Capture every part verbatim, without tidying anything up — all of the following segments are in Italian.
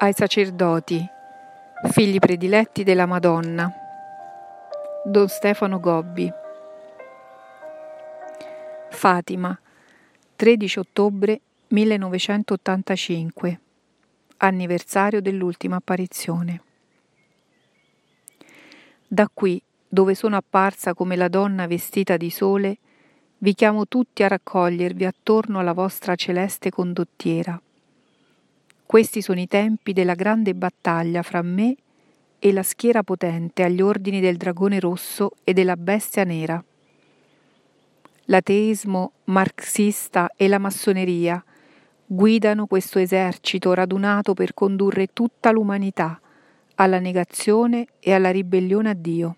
ai sacerdoti, figli prediletti della Madonna. Don Stefano Gobbi. Fatima, tredici ottobre millenovecentottantacinque, anniversario dell'ultima apparizione. Da qui, dove sono apparsa come la donna vestita di sole, vi chiamo tutti a raccogliervi attorno alla vostra celeste condottiera. Questi sono i tempi della grande battaglia fra me e la schiera potente agli ordini del dragone rosso e della bestia nera. L'ateismo marxista e la massoneria guidano questo esercito radunato per condurre tutta l'umanità alla negazione e alla ribellione a Dio.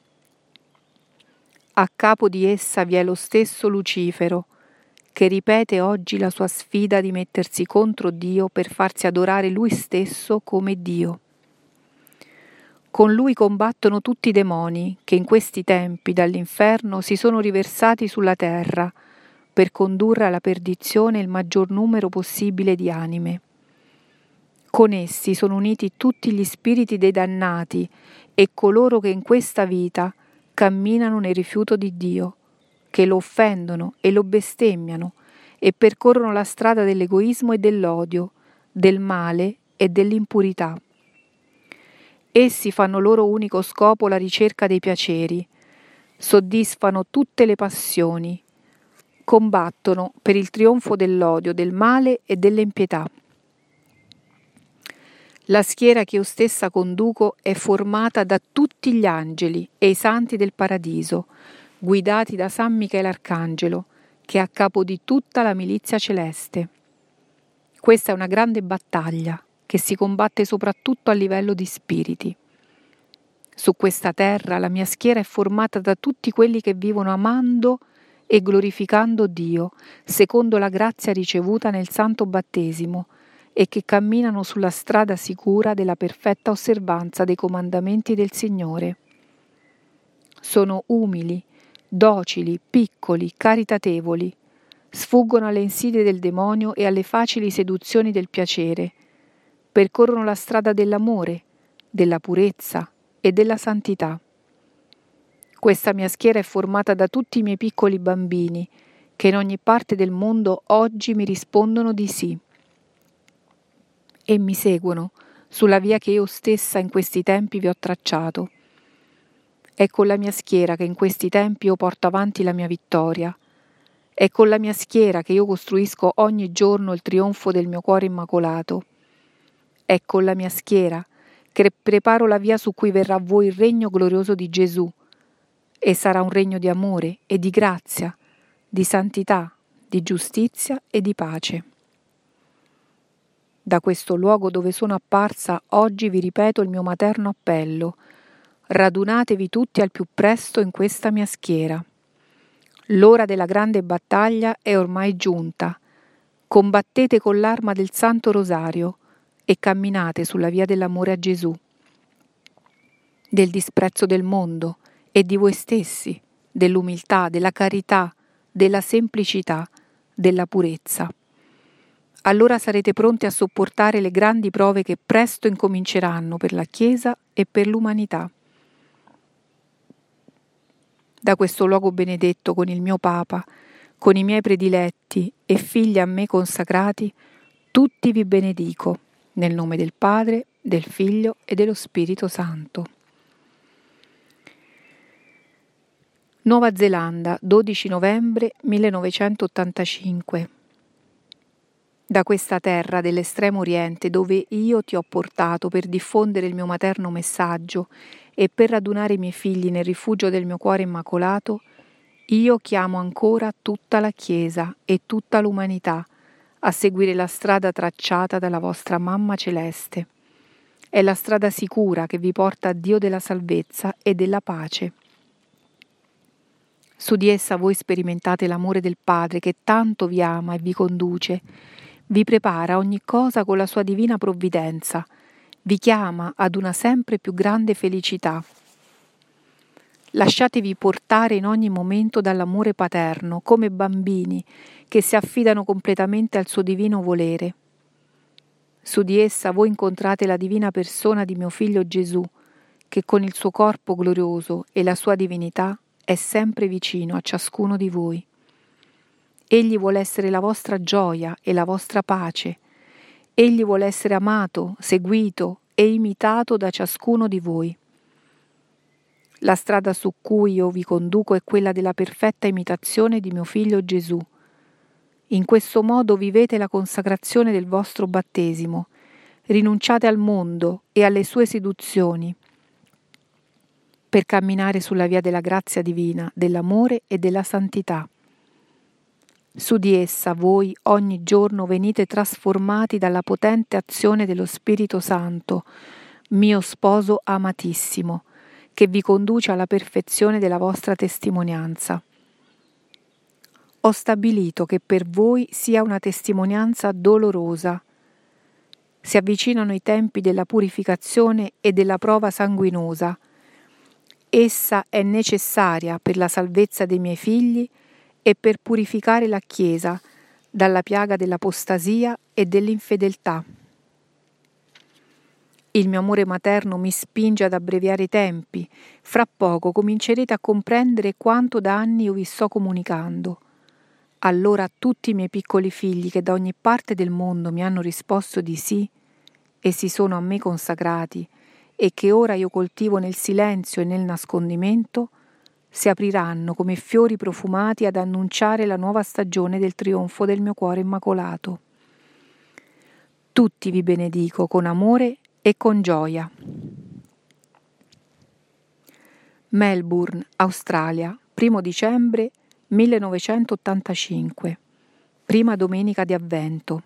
A capo di essa vi è lo stesso Lucifero, che ripete oggi la sua sfida di mettersi contro Dio per farsi adorare Lui stesso come Dio. Con lui combattono tutti i demoni che in questi tempi dall'inferno si sono riversati sulla terra per condurre alla perdizione il maggior numero possibile di anime. Con essi sono uniti tutti gli spiriti dei dannati e coloro che in questa vita camminano nel rifiuto di Dio, che lo offendono e lo bestemmiano e percorrono la strada dell'egoismo e dell'odio, del male e dell'impurità. Essi fanno loro unico scopo la ricerca dei piaceri, soddisfano tutte le passioni, combattono per il trionfo dell'odio, del male e dell'impietà. La schiera che io stessa conduco è formata da tutti gli angeli e i santi del paradiso, guidati da San Michele Arcangelo, che è a capo di tutta la milizia celeste. Questa è una grande battaglia che si combatte soprattutto a livello di spiriti. Su questa terra la mia schiera è formata da tutti quelli che vivono amando e glorificando Dio, secondo la grazia ricevuta nel santo battesimo, e che camminano sulla strada sicura della perfetta osservanza dei comandamenti del Signore. Sono umili, docili, piccoli, caritatevoli, sfuggono alle insidie del demonio e alle facili seduzioni del piacere, percorrono la strada dell'amore, della purezza e della santità. Questa mia schiera è formata da tutti i miei piccoli bambini, che in ogni parte del mondo oggi mi rispondono di sì e mi seguono sulla via che io stessa in questi tempi vi ho tracciato. È con la mia schiera che in questi tempi io porto avanti la mia vittoria. È con la mia schiera che io costruisco ogni giorno il trionfo del mio cuore immacolato. È con la mia schiera che preparo la via su cui verrà a voi il regno glorioso di Gesù, e sarà un regno di amore e di grazia, di santità, di giustizia e di pace. Da questo luogo dove sono apparsa oggi vi ripeto il mio materno appello: radunatevi tutti al più presto in questa mia schiera. L'ora della grande battaglia è ormai giunta. Combattete con l'arma del Santo Rosario e camminate sulla via dell'amore a Gesù, del disprezzo del mondo e di voi stessi, dell'umiltà, della carità, della semplicità, della purezza. Allora sarete pronti a sopportare le grandi prove che presto incominceranno per la Chiesa e per l'umanità. Da questo luogo benedetto con il mio Papa, con i miei prediletti e figli a me consacrati, tutti vi benedico, nel nome del Padre, del Figlio e dello Spirito Santo. Nuova Zelanda, dodici novembre millenovecentottantacinque. Da questa terra dell'estremo oriente dove io ti ho portato per diffondere il mio materno messaggio e per radunare i miei figli nel rifugio del mio cuore immacolato, io chiamo ancora tutta la Chiesa e tutta l'umanità a seguire la strada tracciata dalla vostra Mamma Celeste. È la strada sicura che vi porta a Dio della salvezza e della pace. Su di essa voi sperimentate l'amore del Padre che tanto vi ama e vi conduce, vi prepara ogni cosa con la sua divina provvidenza, vi chiama ad una sempre più grande felicità. Lasciatevi portare in ogni momento dall'amore paterno, come bambini che si affidano completamente al suo divino volere. Su di essa voi incontrate la divina persona di mio Figlio Gesù, che con il suo corpo glorioso e la sua divinità è sempre vicino a ciascuno di voi. Egli vuole essere la vostra gioia e la vostra pace. Egli vuole essere amato, seguito e imitato da ciascuno di voi. La strada su cui io vi conduco è quella della perfetta imitazione di mio Figlio Gesù. In questo modo vivete la consacrazione del vostro battesimo, rinunciate al mondo e alle sue seduzioni, per camminare sulla via della grazia divina, dell'amore e della santità. Su di essa voi ogni giorno venite trasformati dalla potente azione dello Spirito Santo, mio sposo amatissimo, che vi conduce alla perfezione della vostra testimonianza. Ho stabilito che per voi sia una testimonianza dolorosa. Si avvicinano i tempi della purificazione e della prova sanguinosa. Essa è necessaria per la salvezza dei miei figli e per purificare la Chiesa dalla piaga dell'apostasia e dell'infedeltà. Il mio amore materno mi spinge ad abbreviare i tempi. Fra poco comincerete a comprendere quanto da anni io vi sto comunicando. Allora tutti i miei piccoli figli che da ogni parte del mondo mi hanno risposto di sì e si sono a me consacrati e che ora io coltivo nel silenzio e nel nascondimento, si apriranno come fiori profumati ad annunciare la nuova stagione del trionfo del mio cuore immacolato. Tutti vi benedico con amore e con gioia. Melbourne, Australia, primo dicembre millenovecentottantacinque, prima domenica di Avvento.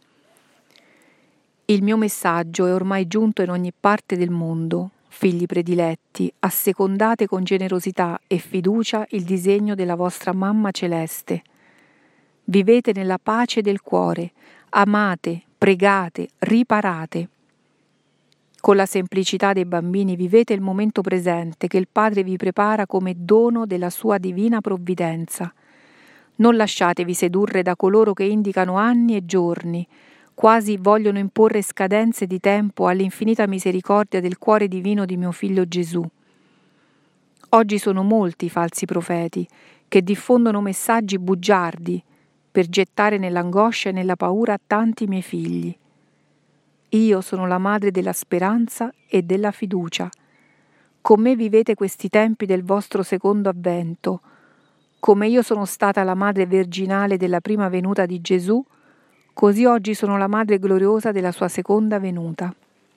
Il mio messaggio è ormai giunto in ogni parte del mondo. Figli prediletti, assecondate con generosità e fiducia il disegno della vostra mamma celeste. Vivete nella pace del cuore, amate, pregate, riparate. Con la semplicità dei bambini vivete il momento presente che il Padre vi prepara come dono della sua divina provvidenza. Non lasciatevi sedurre da coloro che indicano anni e giorni, quasi vogliono imporre scadenze di tempo all'infinita misericordia del cuore divino di mio Figlio Gesù. Oggi sono molti i falsi profeti che diffondono messaggi bugiardi per gettare nell'angoscia e nella paura tanti miei figli. Io sono la madre della speranza e della fiducia. Con me vivete questi tempi del vostro secondo avvento. Come io sono stata la madre virginale della prima venuta di Gesù, così oggi sono la madre gloriosa della sua seconda venuta.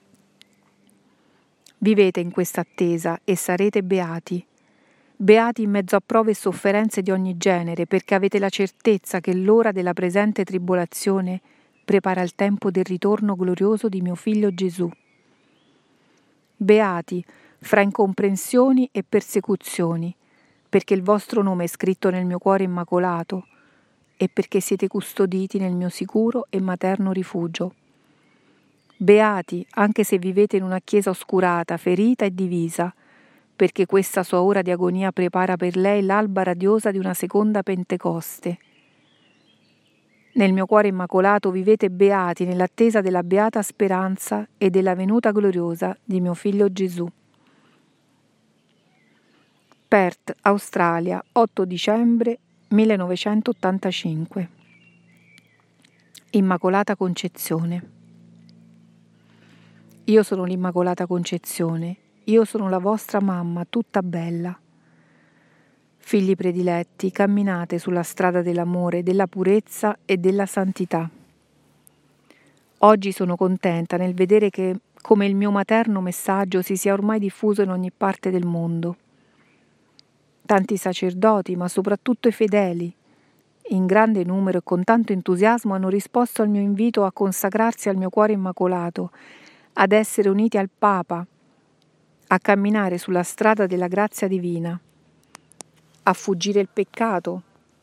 Vivete in questa attesa e sarete beati. Beati in mezzo a prove e sofferenze di ogni genere, perché avete la certezza che l'ora della presente tribolazione prepara il tempo del ritorno glorioso di mio Figlio Gesù. Beati fra incomprensioni e persecuzioni, perché il vostro nome è scritto nel mio cuore immacolato e perché siete custoditi nel mio sicuro e materno rifugio. Beati anche se vivete in una chiesa oscurata, ferita e divisa, perché questa sua ora di agonia prepara per lei l'alba radiosa di una seconda Pentecoste. Nel mio cuore immacolato vivete beati nell'attesa della beata speranza e della venuta gloriosa di mio Figlio Gesù. Perth, Australia, otto dicembre millenovecentottantacinque. Immacolata Concezione. Io sono l'Immacolata Concezione, io sono la vostra mamma, tutta bella. Figli prediletti, camminate sulla strada dell'amore, della purezza e della santità. Oggi sono contenta nel vedere che, come il mio materno messaggio, si sia ormai diffuso in ogni parte del mondo. Tanti sacerdoti, ma soprattutto i fedeli, in grande numero e con tanto entusiasmo, hanno risposto al mio invito a consacrarsi al mio cuore immacolato, ad essere uniti al Papa, a camminare sulla strada della grazia divina, a fuggire il peccato,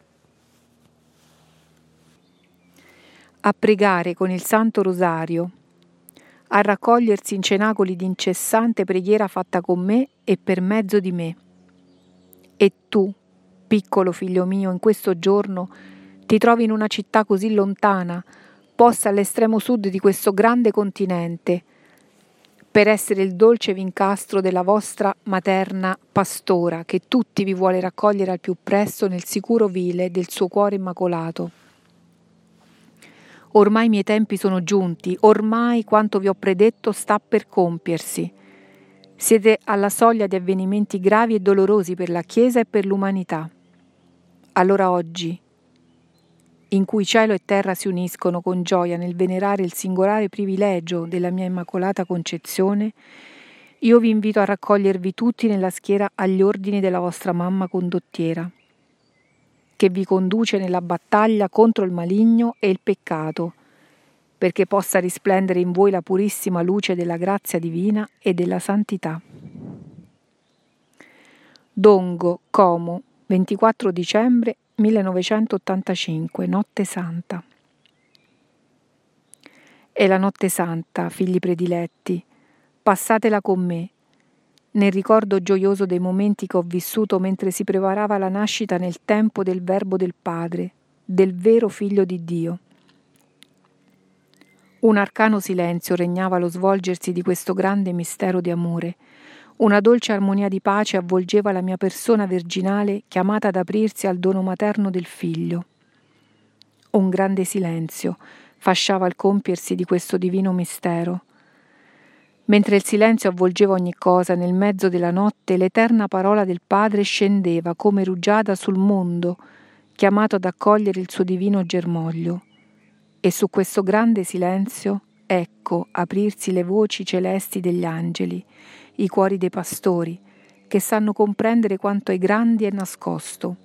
a pregare con il Santo Rosario, a raccogliersi in cenacoli di incessante preghiera fatta con me e per mezzo di me. E tu, piccolo figlio mio, in questo giorno ti trovi in una città così lontana, posta all'estremo sud di questo grande continente, per essere il dolce vincastro della vostra materna pastora, che tutti vi vuole raccogliere al più presto nel sicuro vile del suo cuore immacolato. Ormai i miei tempi sono giunti, ormai quanto vi ho predetto sta per compiersi. Siete alla soglia di avvenimenti gravi e dolorosi per la Chiesa e per l'umanità. Allora oggi, in cui cielo e terra si uniscono con gioia nel venerare il singolare privilegio della mia Immacolata Concezione, io vi invito a raccogliervi tutti nella schiera agli ordini della vostra mamma condottiera, che vi conduce nella battaglia contro il maligno e il peccato, perché possa risplendere in voi la purissima luce della grazia divina e della santità. Dongo, Como, ventiquattro dicembre millenovecentottantacinque, Notte Santa. È la Notte Santa, figli prediletti, passatela con me, nel ricordo gioioso dei momenti che ho vissuto mentre si preparava la nascita nel tempo del Verbo del Padre, del vero Figlio di Dio. Un arcano silenzio regnava allo svolgersi di questo grande mistero di amore. Una dolce armonia di pace avvolgeva la mia persona virginale chiamata ad aprirsi al dono materno del Figlio. Un grande silenzio fasciava il compiersi di questo divino mistero. Mentre il silenzio avvolgeva ogni cosa, nel mezzo della notte l'eterna parola del Padre scendeva come rugiada sul mondo, chiamato ad accogliere il suo divino germoglio. E su questo grande silenzio, ecco aprirsi le voci celesti degli angeli, i cuori dei pastori, che sanno comprendere quanto ai grandi è nascosto.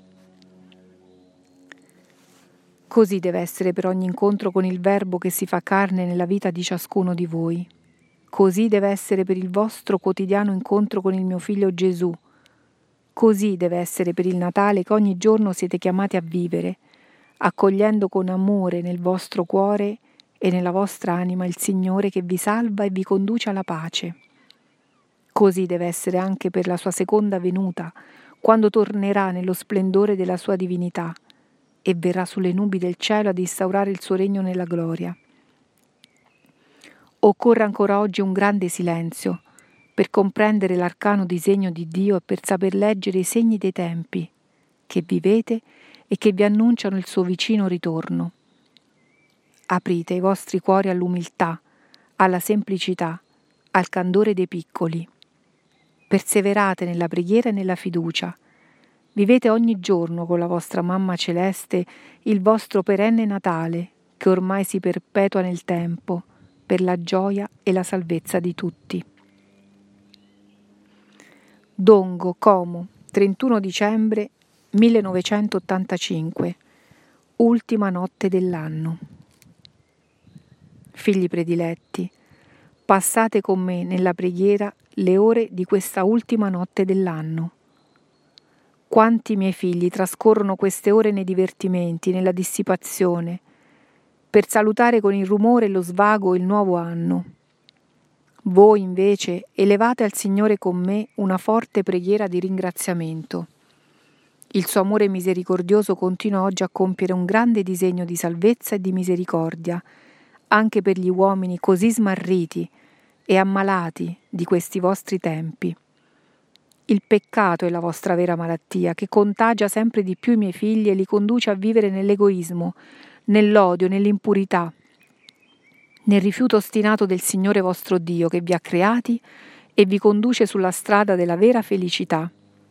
Così deve essere per ogni incontro con il Verbo che si fa carne nella vita di ciascuno di voi. Così deve essere per il vostro quotidiano incontro con il mio Figlio Gesù. Così deve essere per il Natale che ogni giorno siete chiamati a vivere, accogliendo con amore nel vostro cuore e nella vostra anima il Signore che vi salva e vi conduce alla pace. Così deve essere anche per la sua seconda venuta, quando tornerà nello splendore della sua divinità e verrà sulle nubi del cielo ad instaurare il suo regno nella gloria. Occorre ancora oggi un grande silenzio per comprendere l'arcano disegno di Dio e per saper leggere i segni dei tempi che vivete e che vi annunciano il suo vicino ritorno. Aprite i vostri cuori all'umiltà, alla semplicità, al candore dei piccoli. Perseverate nella preghiera e nella fiducia. Vivete ogni giorno con la vostra Mamma Celeste il vostro perenne Natale, che ormai si perpetua nel tempo, per la gioia e la salvezza di tutti. Dongo, Como, trentuno dicembre millenovecentottantacinque, ultima notte dell'anno. Figli prediletti, passate con me nella preghiera le ore di questa ultima notte dell'anno. Quanti miei figli trascorrono queste ore nei divertimenti, nella dissipazione, per salutare con il rumore e lo svago il nuovo anno. Voi invece elevate al Signore con me una forte preghiera di ringraziamento. Il suo amore misericordioso continua oggi a compiere un grande disegno di salvezza e di misericordia, anche per gli uomini così smarriti e ammalati di questi vostri tempi. Il peccato è la vostra vera malattia, che contagia sempre di più i miei figli e li conduce a vivere nell'egoismo, nell'odio, nell'impurità, nel rifiuto ostinato del Signore vostro Dio che vi ha creati e vi conduce sulla strada della vera felicità.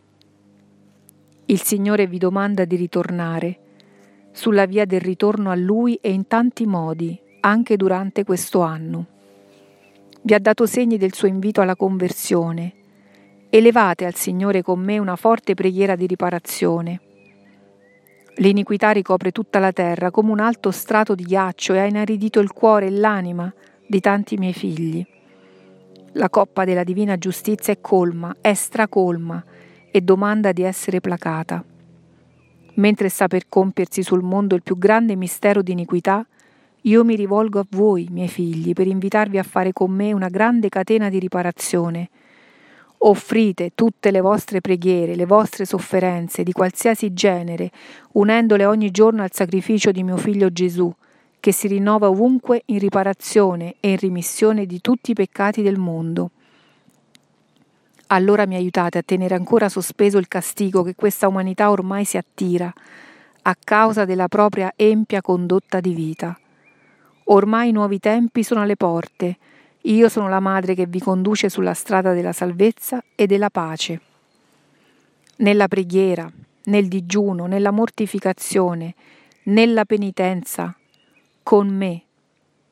Il Signore vi domanda di ritornare sulla via del ritorno a Lui e in tanti modi, anche durante questo anno. Vi ha dato segni del suo invito alla conversione. Elevate al Signore con me una forte preghiera di riparazione. L'iniquità ricopre tutta la terra come un alto strato di ghiaccio e ha inaridito il cuore e l'anima di tanti miei figli. La coppa della divina giustizia è colma, è stracolma e domanda di essere placata. Mentre sta per compiersi sul mondo il più grande mistero di iniquità, io mi rivolgo a voi, miei figli, per invitarvi a fare con me una grande catena di riparazione. Offrite tutte le vostre preghiere, le vostre sofferenze di qualsiasi genere, unendole ogni giorno al sacrificio di mio Figlio Gesù, che si rinnova ovunque in riparazione e in rimissione di tutti i peccati del mondo. Allora mi aiutate a tenere ancora sospeso il castigo che questa umanità ormai si attira a causa della propria empia condotta di vita. Ormai i nuovi tempi sono alle porte. Io sono la madre che vi conduce sulla strada della salvezza e della pace. Nella preghiera, nel digiuno, nella mortificazione, nella penitenza, con me.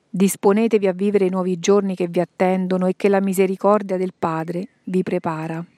Disponetevi a vivere i nuovi giorni che vi attendono e che la misericordia del Padre vi prepara.